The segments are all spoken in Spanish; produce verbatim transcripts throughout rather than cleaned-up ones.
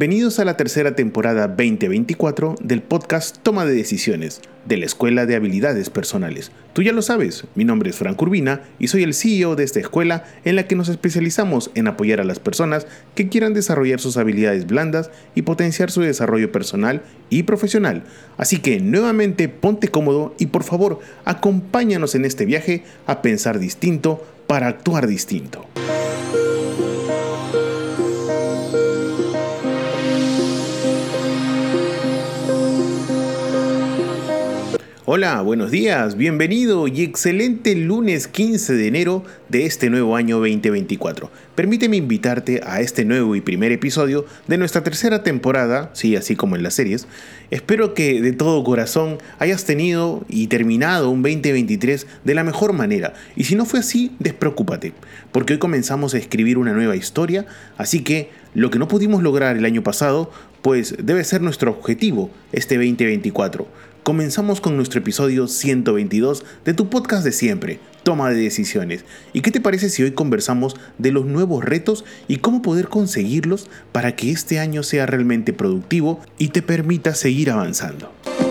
Bienvenidos a la tercera temporada veinte veinticuatro del podcast Toma de Decisiones, de la Escuela de Habilidades Personales. Tú ya lo sabes, mi nombre es Frank Urbina y soy el C E O de esta escuela en la que nos especializamos en apoyar a las personas que quieran desarrollar sus habilidades blandas y potenciar su desarrollo personal y profesional. Así que nuevamente ponte cómodo y por favor acompáñanos en este viaje a pensar distinto para actuar distinto. Hola, buenos días, bienvenido y excelente lunes quince de enero de este nuevo año veinte veinticuatro. Permíteme invitarte a este nuevo y primer episodio de nuestra tercera temporada, sí, así como en las series. Espero que de todo corazón hayas tenido y terminado un veinte veintitrés de la mejor manera. Y si no fue así, despreocúpate, porque hoy comenzamos a escribir una nueva historia, así que lo que no pudimos lograr el año pasado, pues debe ser nuestro objetivo este veinte veinticuatro. Comenzamos con nuestro episodio ciento veintidós de tu podcast de siempre, Toma de Decisiones. ¿Y qué te parece si hoy conversamos de los nuevos retos y cómo poder conseguirlos para que este año sea realmente productivo y te permita seguir avanzando?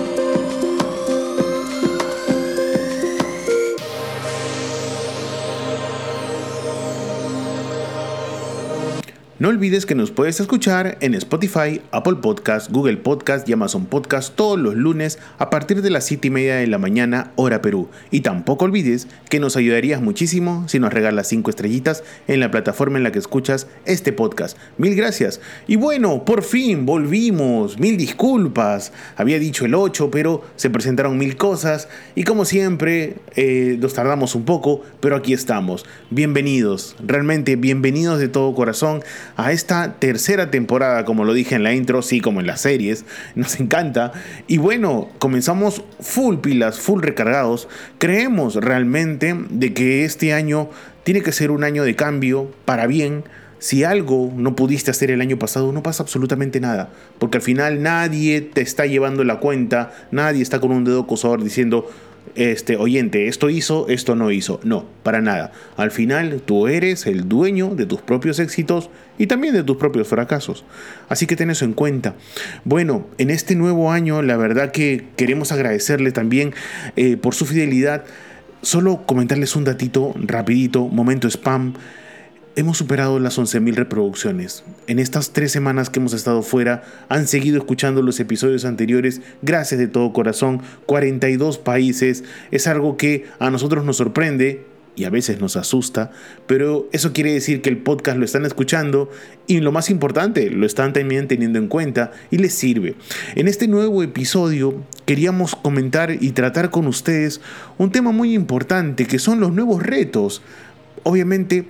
No olvides que nos puedes escuchar en Spotify, Apple Podcast, Google Podcast y Amazon Podcast todos los lunes a partir de las siete y media de la mañana, hora Perú. Y tampoco olvides que nos ayudarías muchísimo si nos regalas cinco estrellitas en la plataforma en la que escuchas este podcast. Mil gracias. Y bueno, por fin volvimos. Mil disculpas. Había dicho el ocho, pero se presentaron mil cosas. Y como siempre, eh, nos tardamos un poco, pero aquí estamos. Bienvenidos, realmente bienvenidos de todo corazón a esta tercera temporada, como lo dije en la intro, sí, como en las series, nos encanta. Y bueno, comenzamos full pilas, full recargados. Creemos realmente de que este año tiene que ser un año de cambio para bien. Si algo no pudiste hacer el año pasado, no pasa absolutamente nada, porque al final nadie te está llevando la cuenta, nadie está con un dedo acusador diciendo: Este, oyente, esto hizo, esto no hizo. No, para nada. Al final tú eres el dueño de tus propios éxitos y también de tus propios fracasos. Así que ten eso en cuenta. Bueno, en este nuevo año la verdad que queremos agradecerle también eh, por su fidelidad. Solo comentarles un datito rapidito, momento spam. Hemos superado las once mil reproducciones. En estas tres semanas que hemos estado fuera, han seguido escuchando los episodios anteriores, gracias de todo corazón, cuarenta y dos países. Es algo que a nosotros nos sorprende y a veces nos asusta, pero eso quiere decir que el podcast lo están escuchando y lo más importante, lo están también teniendo en cuenta y les sirve. En este nuevo episodio queríamos comentar y tratar con ustedes un tema muy importante, que son los nuevos retos. Obviamente,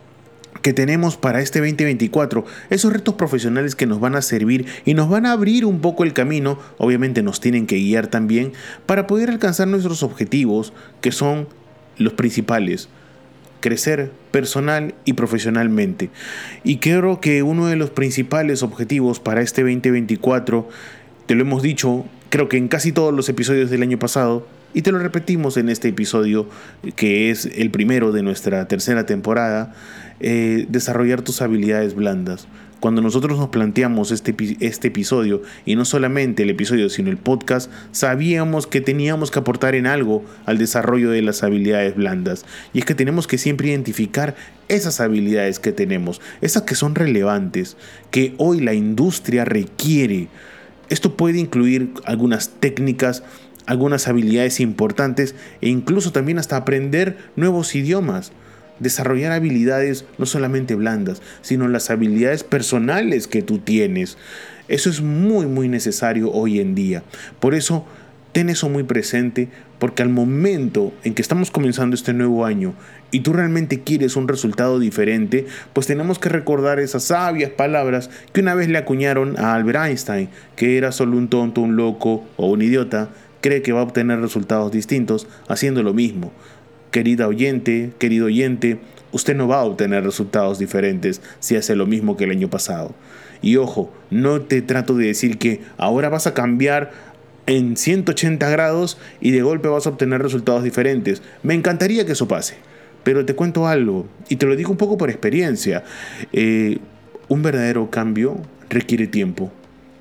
que tenemos para este veinte veinticuatro, esos retos profesionales que nos van a servir y nos van a abrir un poco el camino, obviamente nos tienen que guiar también para poder alcanzar nuestros objetivos, que son los principales: crecer personal y profesionalmente. Y creo que uno de los principales objetivos para este veinte veinticuatro, te lo hemos dicho, creo que en casi todos los episodios del año pasado, y te lo repetimos en este episodio, que es el primero de nuestra tercera temporada, eh, desarrollar tus habilidades blandas. Cuando nosotros nos planteamos este, este episodio, y no solamente el episodio, sino el podcast, sabíamos que teníamos que aportar en algo al desarrollo de las habilidades blandas. Y es que tenemos que siempre identificar esas habilidades que tenemos, esas que son relevantes, que hoy la industria requiere. Esto puede incluir algunas técnicas, algunas habilidades importantes e incluso también hasta aprender nuevos idiomas. Desarrollar habilidades no solamente blandas, sino las habilidades personales que tú tienes. Eso es muy muy necesario hoy en día. Por eso ten eso muy presente, porque al momento en que estamos comenzando este nuevo año y tú realmente quieres un resultado diferente, pues tenemos que recordar esas sabias palabras que una vez le acuñaron a Albert Einstein, que era solo un tonto, un loco o un idiota cree que va a obtener resultados distintos haciendo lo mismo. Querida oyente, querido oyente, usted no va a obtener resultados diferentes si hace lo mismo que el año pasado. Y ojo, no te trato de decir que ahora vas a cambiar en ciento ochenta grados y de golpe vas a obtener resultados diferentes. Me encantaría que eso pase, pero te cuento algo y te lo digo un poco por experiencia. Eh, un verdadero cambio requiere tiempo.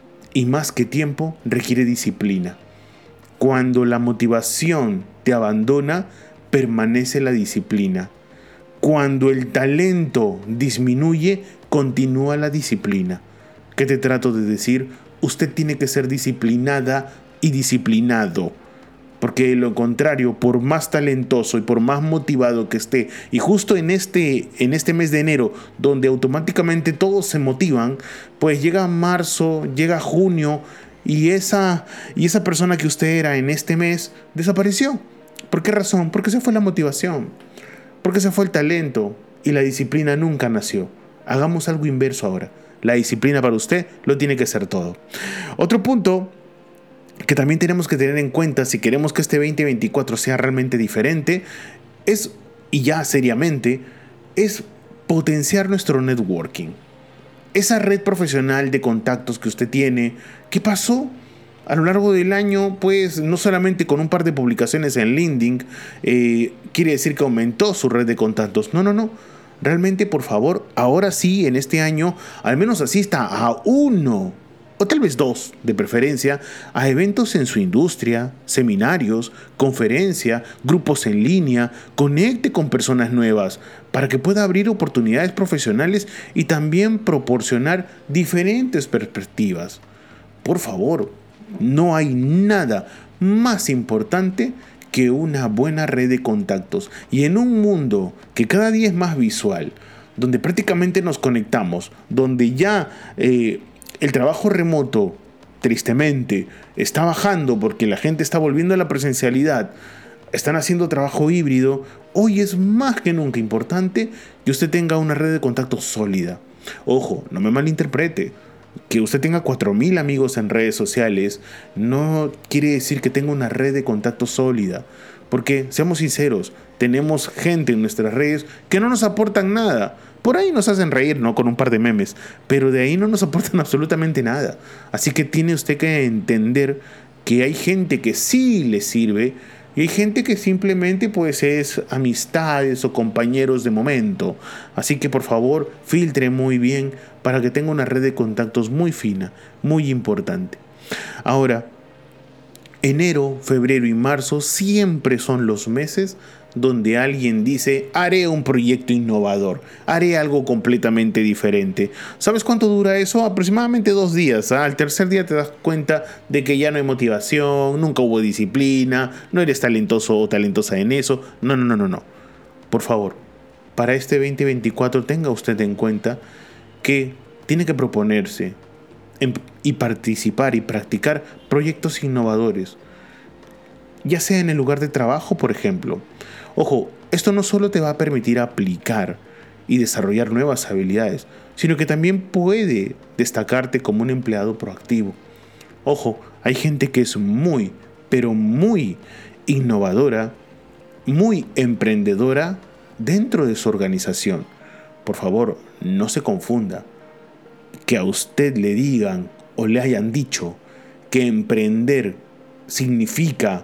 Y más que tiempo, requiere disciplina. Cuando la motivación te abandona, permanece la disciplina. Cuando el talento disminuye, continúa la disciplina. ¿Qué te trato de decir? Usted tiene que ser disciplinada y disciplinado. Porque de lo contrario, por más talentoso y por más motivado que esté, y justo en este, en este mes de enero, donde automáticamente todos se motivan, pues llega marzo, llega junio, y esa, y esa persona que usted era en este mes desapareció. ¿Por qué razón? Porque se fue la motivación, porque se fue el talento, y la disciplina nunca nació. Hagamos algo inverso ahora. La disciplina para usted lo tiene que ser todo. Otro punto que también tenemos que tener en cuenta si queremos que este veinte veinticuatro sea realmente diferente es, y ya seriamente, es potenciar nuestro networking. Esa red profesional de contactos que usted tiene, ¿qué pasó? A lo largo del año, pues no solamente con un par de publicaciones en LinkedIn, eh, quiere decir que aumentó su red de contactos. No, no, no. Realmente, por favor, ahora sí, en este año, al menos asista a uno o tal vez dos, de preferencia, a eventos en su industria, seminarios, conferencia, grupos en línea, conecte con personas nuevas para que pueda abrir oportunidades profesionales y también proporcionar diferentes perspectivas. Por favor, no hay nada más importante que una buena red de contactos. Y en un mundo que cada día es más visual, donde prácticamente nos conectamos, donde ya eh, el trabajo remoto, tristemente, está bajando porque la gente está volviendo a la presencialidad, están haciendo trabajo híbrido, hoy es más que nunca importante que usted tenga una red de contactos sólida. Ojo, no me malinterprete. Que usted tenga cuatro mil amigos en redes sociales no quiere decir que tenga una red de contactos sólida. Porque, seamos sinceros, tenemos gente en nuestras redes que no nos aportan nada. Por ahí nos hacen reír, ¿no? Con un par de memes. Pero de ahí no nos aportan absolutamente nada. Así que tiene usted que entender que hay gente que sí le sirve y hay gente que simplemente pues es amistades o compañeros de momento. Así que por favor filtre muy bien para que tenga una red de contactos muy fina, muy importante. Ahora, enero, febrero y marzo siempre son los meses donde alguien dice, haré un proyecto innovador, haré algo completamente diferente. ¿Sabes cuánto dura eso? Aproximadamente dos días. ¿eh? Al tercer día te das cuenta de que ya no hay motivación, nunca hubo disciplina, no eres talentoso o talentosa en eso. No, no, no, no, no. Por favor, para este veinte veinticuatro tenga usted en cuenta que tiene que proponerse y participar y practicar proyectos innovadores, ya sea en el lugar de trabajo, por ejemplo. Ojo, esto no solo te va a permitir aplicar y desarrollar nuevas habilidades, sino que también puede destacarte como un empleado proactivo. Ojo, hay gente que es muy, pero muy innovadora, muy emprendedora dentro de su organización. Por favor, no se confunda. Que a usted le digan o le hayan dicho que emprender significa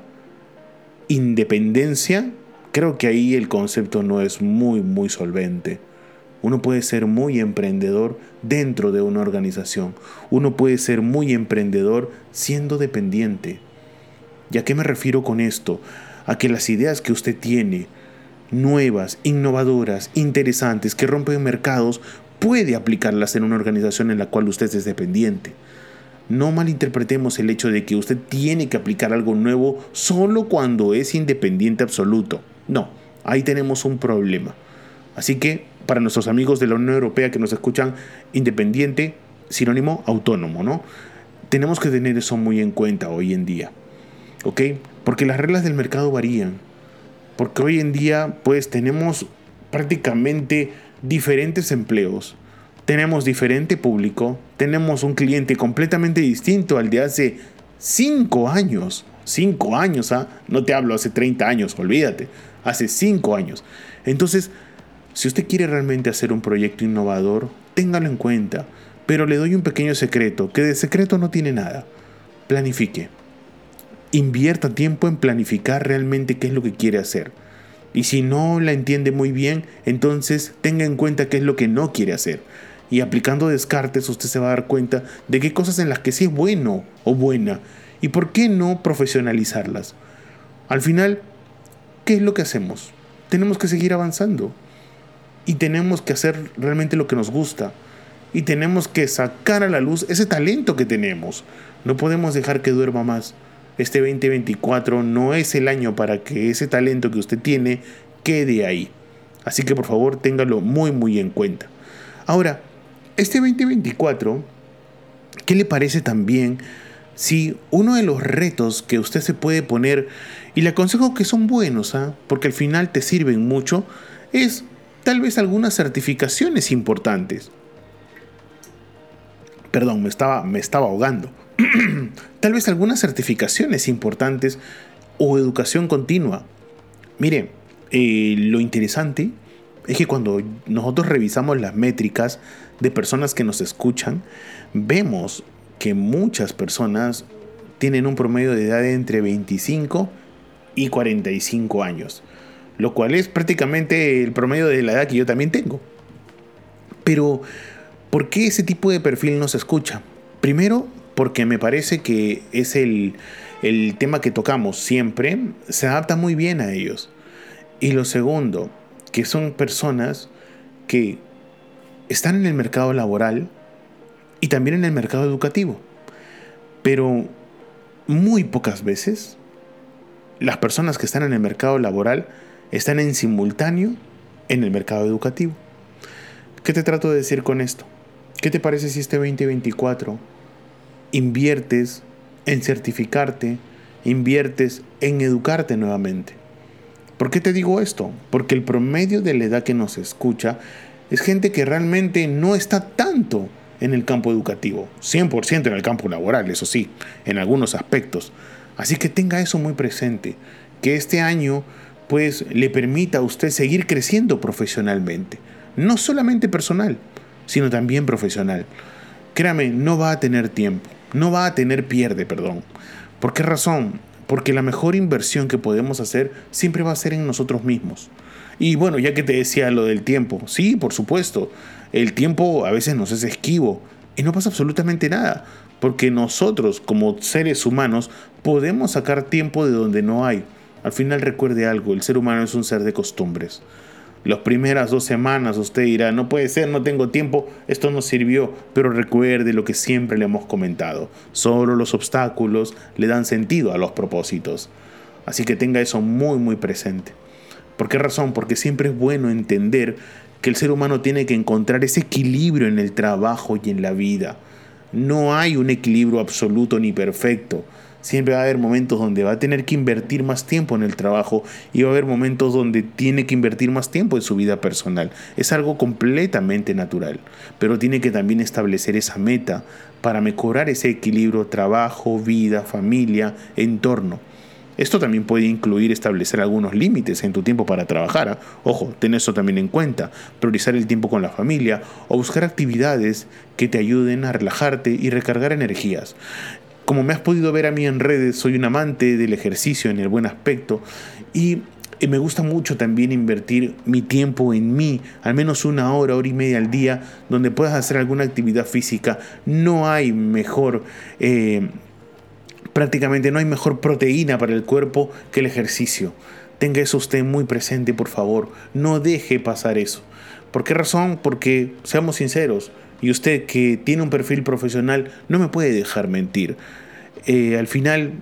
independencia, creo que ahí el concepto no es muy, muy solvente. Uno puede ser muy emprendedor dentro de una organización. Uno puede ser muy emprendedor siendo dependiente. ¿Y a qué me refiero con esto? A que las ideas que usted tiene, nuevas, innovadoras, interesantes, que rompen mercados, puede aplicarlas en una organización en la cual usted es dependiente. No malinterpretemos el hecho de que usted tiene que aplicar algo nuevo solo cuando es independiente absoluto. No, ahí tenemos un problema. Así que, para nuestros amigos de la Unión Europea que nos escuchan, independiente, sinónimo autónomo, ¿no? Tenemos que tener eso muy en cuenta hoy en día, ¿ok? Porque las reglas del mercado varían. Porque hoy en día, pues, tenemos prácticamente diferentes empleos. Tenemos diferente público, tenemos un cliente completamente distinto al de hace cinco años. cinco años, ¿ah? No te hablo hace treinta años, olvídate. Hace cinco años. Entonces, si usted quiere realmente hacer un proyecto innovador, téngalo en cuenta. Pero le doy un pequeño secreto, que de secreto no tiene nada. Planifique. Invierta tiempo en planificar realmente qué es lo que quiere hacer. Y si no la entiende muy bien, entonces tenga en cuenta qué es lo que no quiere hacer. Y aplicando descartes usted se va a dar cuenta de qué cosas en las que sí es bueno o buena. Y por qué no profesionalizarlas. Al final, ¿qué es lo que hacemos? Tenemos que seguir avanzando. Y tenemos que hacer realmente lo que nos gusta. Y tenemos que sacar a la luz ese talento que tenemos. No podemos dejar que duerma más. Este veinte veinticuatro no es el año para que ese talento que usted tiene quede ahí. Así que por favor téngalo muy muy en cuenta. Ahora, este veinte veinticuatro, ¿qué le parece también si uno de los retos que usted se puede poner, y le aconsejo que son buenos, ¿eh? porque al final te sirven mucho, es tal vez algunas certificaciones importantes? Perdón, me estaba, me estaba ahogando. Tal vez algunas certificaciones importantes o educación continua. Mire, eh, lo interesante es que cuando nosotros revisamos las métricas de personas que nos escuchan, vemos que muchas personas tienen un promedio de edad de entre veinticinco y cuarenta y cinco años, lo cual es prácticamente el promedio de la edad que yo también tengo. Pero, ¿por qué ese tipo de perfil nos escucha? Primero, porque me parece que es el, el tema que tocamos siempre, se adapta muy bien a ellos. Y lo segundo, que son personas que están en el mercado laboral y también en el mercado educativo. Pero muy pocas veces las personas que están en el mercado laboral están en simultáneo en el mercado educativo. ¿Qué te trato de decir con esto? ¿Qué te parece si este veinte veinticuatro inviertes en certificarte, inviertes en educarte nuevamente? ¿Por qué te digo esto? Porque el promedio de la edad que nos escucha es gente que realmente no está tanto en el campo educativo, cien por ciento en el campo laboral, eso sí, en algunos aspectos. Así que tenga eso muy presente, que este año pues le permita a usted seguir creciendo profesionalmente, no solamente personal, sino también profesional. Créame, no va a tener tiempo, no va a tener pierde, perdón. ¿Por qué razón? Porque la mejor inversión que podemos hacer siempre va a ser en nosotros mismos. Y bueno, ya que te decía lo del tiempo, sí, por supuesto, el tiempo a veces nos es esquivo y no pasa absolutamente nada, porque nosotros como seres humanos podemos sacar tiempo de donde no hay. Al final recuerde algo, el ser humano es un ser de costumbres. Las primeras dos semanas usted dirá, no puede ser, no tengo tiempo, esto no sirvió, pero recuerde lo que siempre le hemos comentado, solo los obstáculos le dan sentido a los propósitos. Así que tenga eso muy muy presente. ¿Por qué razón? Porque siempre es bueno entender que el ser humano tiene que encontrar ese equilibrio en el trabajo y en la vida. No hay un equilibrio absoluto ni perfecto. Siempre va a haber momentos donde va a tener que invertir más tiempo en el trabajo y va a haber momentos donde tiene que invertir más tiempo en su vida personal. Es algo completamente natural, pero tiene que también establecer esa meta para mejorar ese equilibrio trabajo, vida, familia, entorno. Esto también puede incluir establecer algunos límites en tu tiempo para trabajar. ¿eh? Ojo, ten eso también en cuenta. Priorizar el tiempo con la familia o buscar actividades que te ayuden a relajarte y recargar energías. Como me has podido ver a mí en redes, soy un amante del ejercicio en el buen aspecto y me gusta mucho también invertir mi tiempo en mí, al menos una hora, hora y media al día, donde puedas hacer alguna actividad física. No hay mejor, eh, prácticamente no hay mejor proteína para el cuerpo que el ejercicio. Tenga eso usted muy presente, por favor. No deje pasar eso. ¿Por qué razón? Porque, seamos sinceros, y usted que tiene un perfil profesional no me puede dejar mentir. Eh, al final,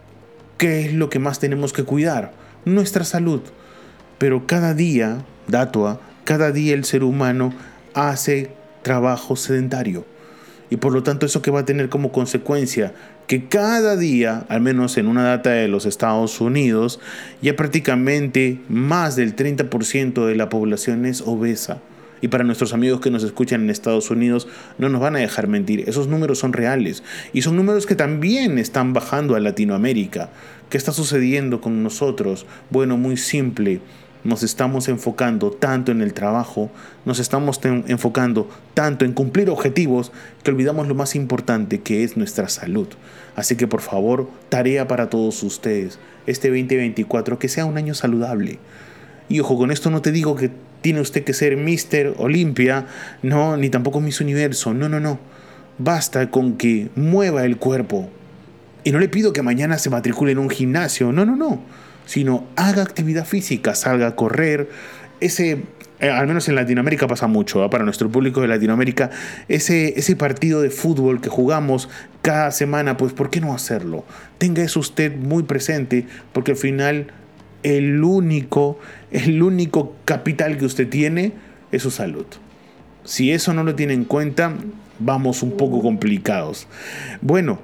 ¿qué es lo que más tenemos que cuidar? Nuestra salud. Pero cada día, dato, cada día el ser humano hace trabajo sedentario. Y por lo tanto, eso que va a tener como consecuencia que cada día, al menos en una data de los Estados Unidos, ya prácticamente más del treinta por ciento de la población es obesa. Y para nuestros amigos que nos escuchan en Estados Unidos, no nos van a dejar mentir. Esos números son reales. Y son números que también están bajando a Latinoamérica. ¿Qué está sucediendo con nosotros? Bueno, muy simple. Nos estamos enfocando tanto en el trabajo, nos estamos ten- enfocando tanto en cumplir objetivos, que olvidamos lo más importante, que es nuestra salud. Así que por favor, tarea para todos ustedes. Este veinte veinticuatro, que sea un año saludable. Y ojo, con esto no te digo que tiene usted que ser míster Olimpia, no, ni tampoco Miss Universo, no, no, no. Basta con que mueva el cuerpo. Y no le pido que mañana se matricule en un gimnasio, no, no, no. Sino haga actividad física, salga a correr. Ese, eh, al menos en Latinoamérica pasa mucho, ¿eh? Para nuestro público de Latinoamérica, ese, ese partido de fútbol que jugamos cada semana, pues ¿por qué no hacerlo? Tenga eso usted muy presente, porque al final el único, el único capital que usted tiene es su salud. Si eso no lo tiene en cuenta, vamos un poco complicados. Bueno,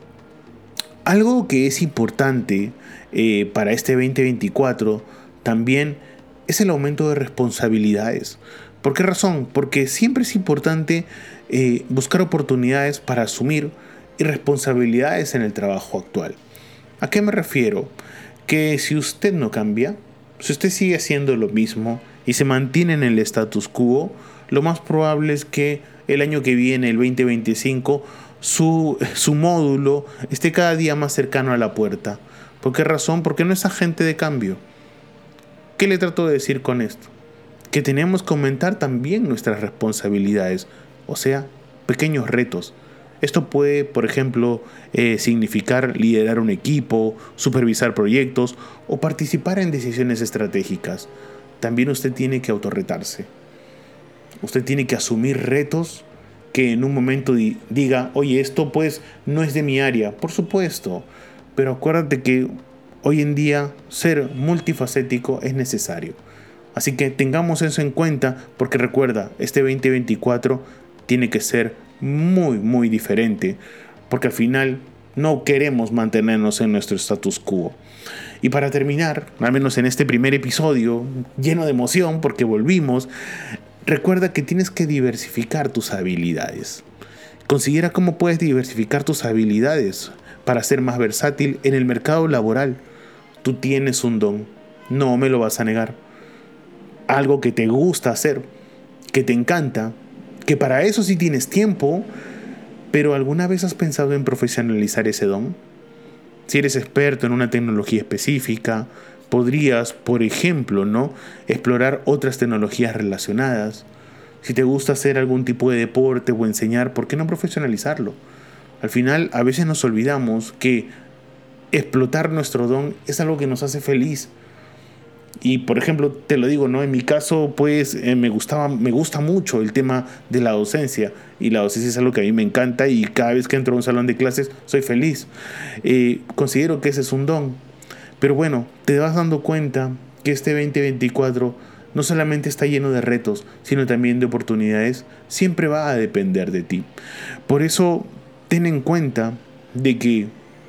algo que es importante eh, para este veinte veinticuatro también es el aumento de responsabilidades. ¿Por qué razón? Porque siempre es importante eh, buscar oportunidades para asumir responsabilidades en el trabajo actual. ¿A qué me refiero? Que si usted no cambia, si usted sigue haciendo lo mismo y se mantiene en el status quo, lo más probable es que el año que viene, el veinte veinticinco, Su, su módulo esté cada día más cercano a la puerta. ¿Por qué razón? Porque no es agente de cambio. ¿Qué le trato de decir con esto? Que tenemos que aumentar también nuestras responsabilidades, o sea, pequeños retos. Esto puede, por ejemplo, eh, significar liderar un equipo, supervisar proyectos o participar en decisiones estratégicas. También usted tiene que autorretarse. Usted tiene que asumir retos que en un momento di- diga, oye, esto pues no es de mi área, por supuesto, pero acuérdate que hoy en día ser multifacético es necesario. Así que tengamos eso en cuenta, porque recuerda, este veinte veinticuatro tiene que ser muy, muy diferente, porque al final no queremos mantenernos en nuestro status quo. Y para terminar, al menos en este primer episodio, lleno de emoción, porque volvimos, recuerda que tienes que diversificar tus habilidades. Considera cómo puedes diversificar tus habilidades para ser más versátil en el mercado laboral. Tú tienes un don, no me lo vas a negar. Algo que te gusta hacer, que te encanta, que para eso sí tienes tiempo, pero ¿alguna vez has pensado en profesionalizar ese don? Si eres experto en una tecnología específica, podrías, por ejemplo, ¿no?, explorar otras tecnologías relacionadas. Si te gusta hacer algún tipo de deporte o enseñar, ¿por qué no profesionalizarlo? Al final, a veces nos olvidamos que explotar nuestro don es algo que nos hace feliz. Y, por ejemplo, te lo digo, ¿no? En mi caso, pues, eh, me gustaba, me gusta mucho el tema de la docencia. Y la docencia es algo que a mí me encanta y cada vez que entro a un salón de clases soy feliz. Eh, considero que ese es un don. Pero bueno, te vas dando cuenta que este veinte veinticuatro no solamente está lleno de retos, sino también de oportunidades. Siempre va a depender de ti. Por eso, ten en cuenta de que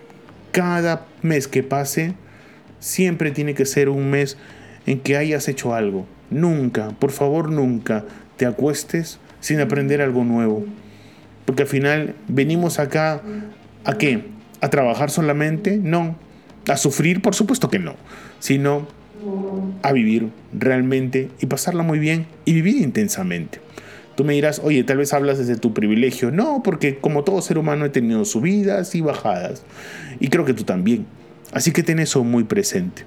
cada mes que pase siempre tiene que ser un mes en que hayas hecho algo. Nunca, por favor, nunca te acuestes sin aprender algo nuevo. Porque al final venimos acá, ¿a qué? ¿A trabajar solamente? No. ¿A sufrir? Por supuesto que no. Sino a vivir realmente y pasarla muy bien y vivir intensamente. Tú me dirás, oye, tal vez hablas desde tu privilegio. No, porque como todo ser humano he tenido subidas y bajadas. Y creo que tú también. Así que ten eso muy presente.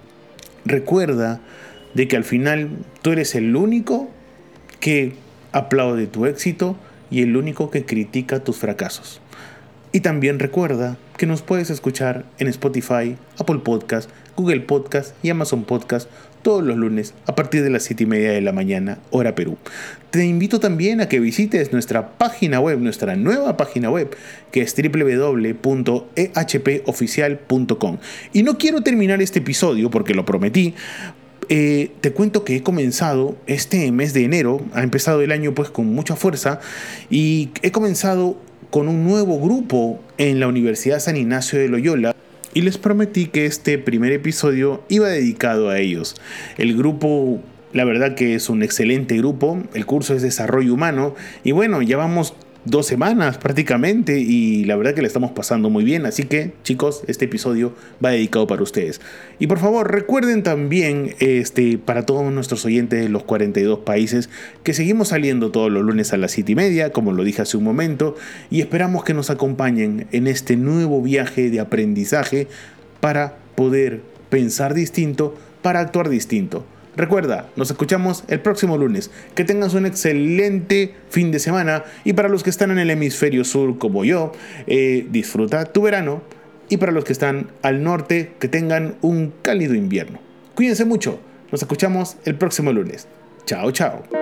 Recuerda de que al final tú eres el único que aplaude tu éxito y el único que critica tus fracasos. Y también recuerda que nos puedes escuchar en Spotify, Apple Podcast, Google Podcast y Amazon Podcast todos los lunes a partir de las siete y media de la mañana, hora Perú. Te invito también a que visites nuestra página web, nuestra nueva página web, que es doble u doble u doble u punto e h p oficial punto com. Y no quiero terminar este episodio, porque lo prometí. Eh, te cuento que he comenzado este mes de enero, ha empezado el año pues con mucha fuerza, y he comenzado con un nuevo grupo en la Universidad San Ignacio de Loyola. Y les prometí que este primer episodio iba dedicado a ellos. El grupo, la verdad que es un excelente grupo. El curso es Desarrollo Humano. Y bueno, ya vamos dos semanas prácticamente y la verdad que le estamos pasando muy bien. Así que, chicos, este episodio va dedicado para ustedes. Y por favor, recuerden también, este, para todos nuestros oyentes de los cuarenta y dos países, que seguimos saliendo todos los lunes a las siete y media, como lo dije hace un momento, y esperamos que nos acompañen en este nuevo viaje de aprendizaje para poder pensar distinto, para actuar distinto. Recuerda, nos escuchamos el próximo lunes. Que tengas un excelente fin de semana. Y para los que están en el hemisferio sur como yo, eh, disfruta tu verano. Y para los que están al norte, que tengan un cálido invierno. Cuídense mucho. Nos escuchamos el próximo lunes. Chao, chao.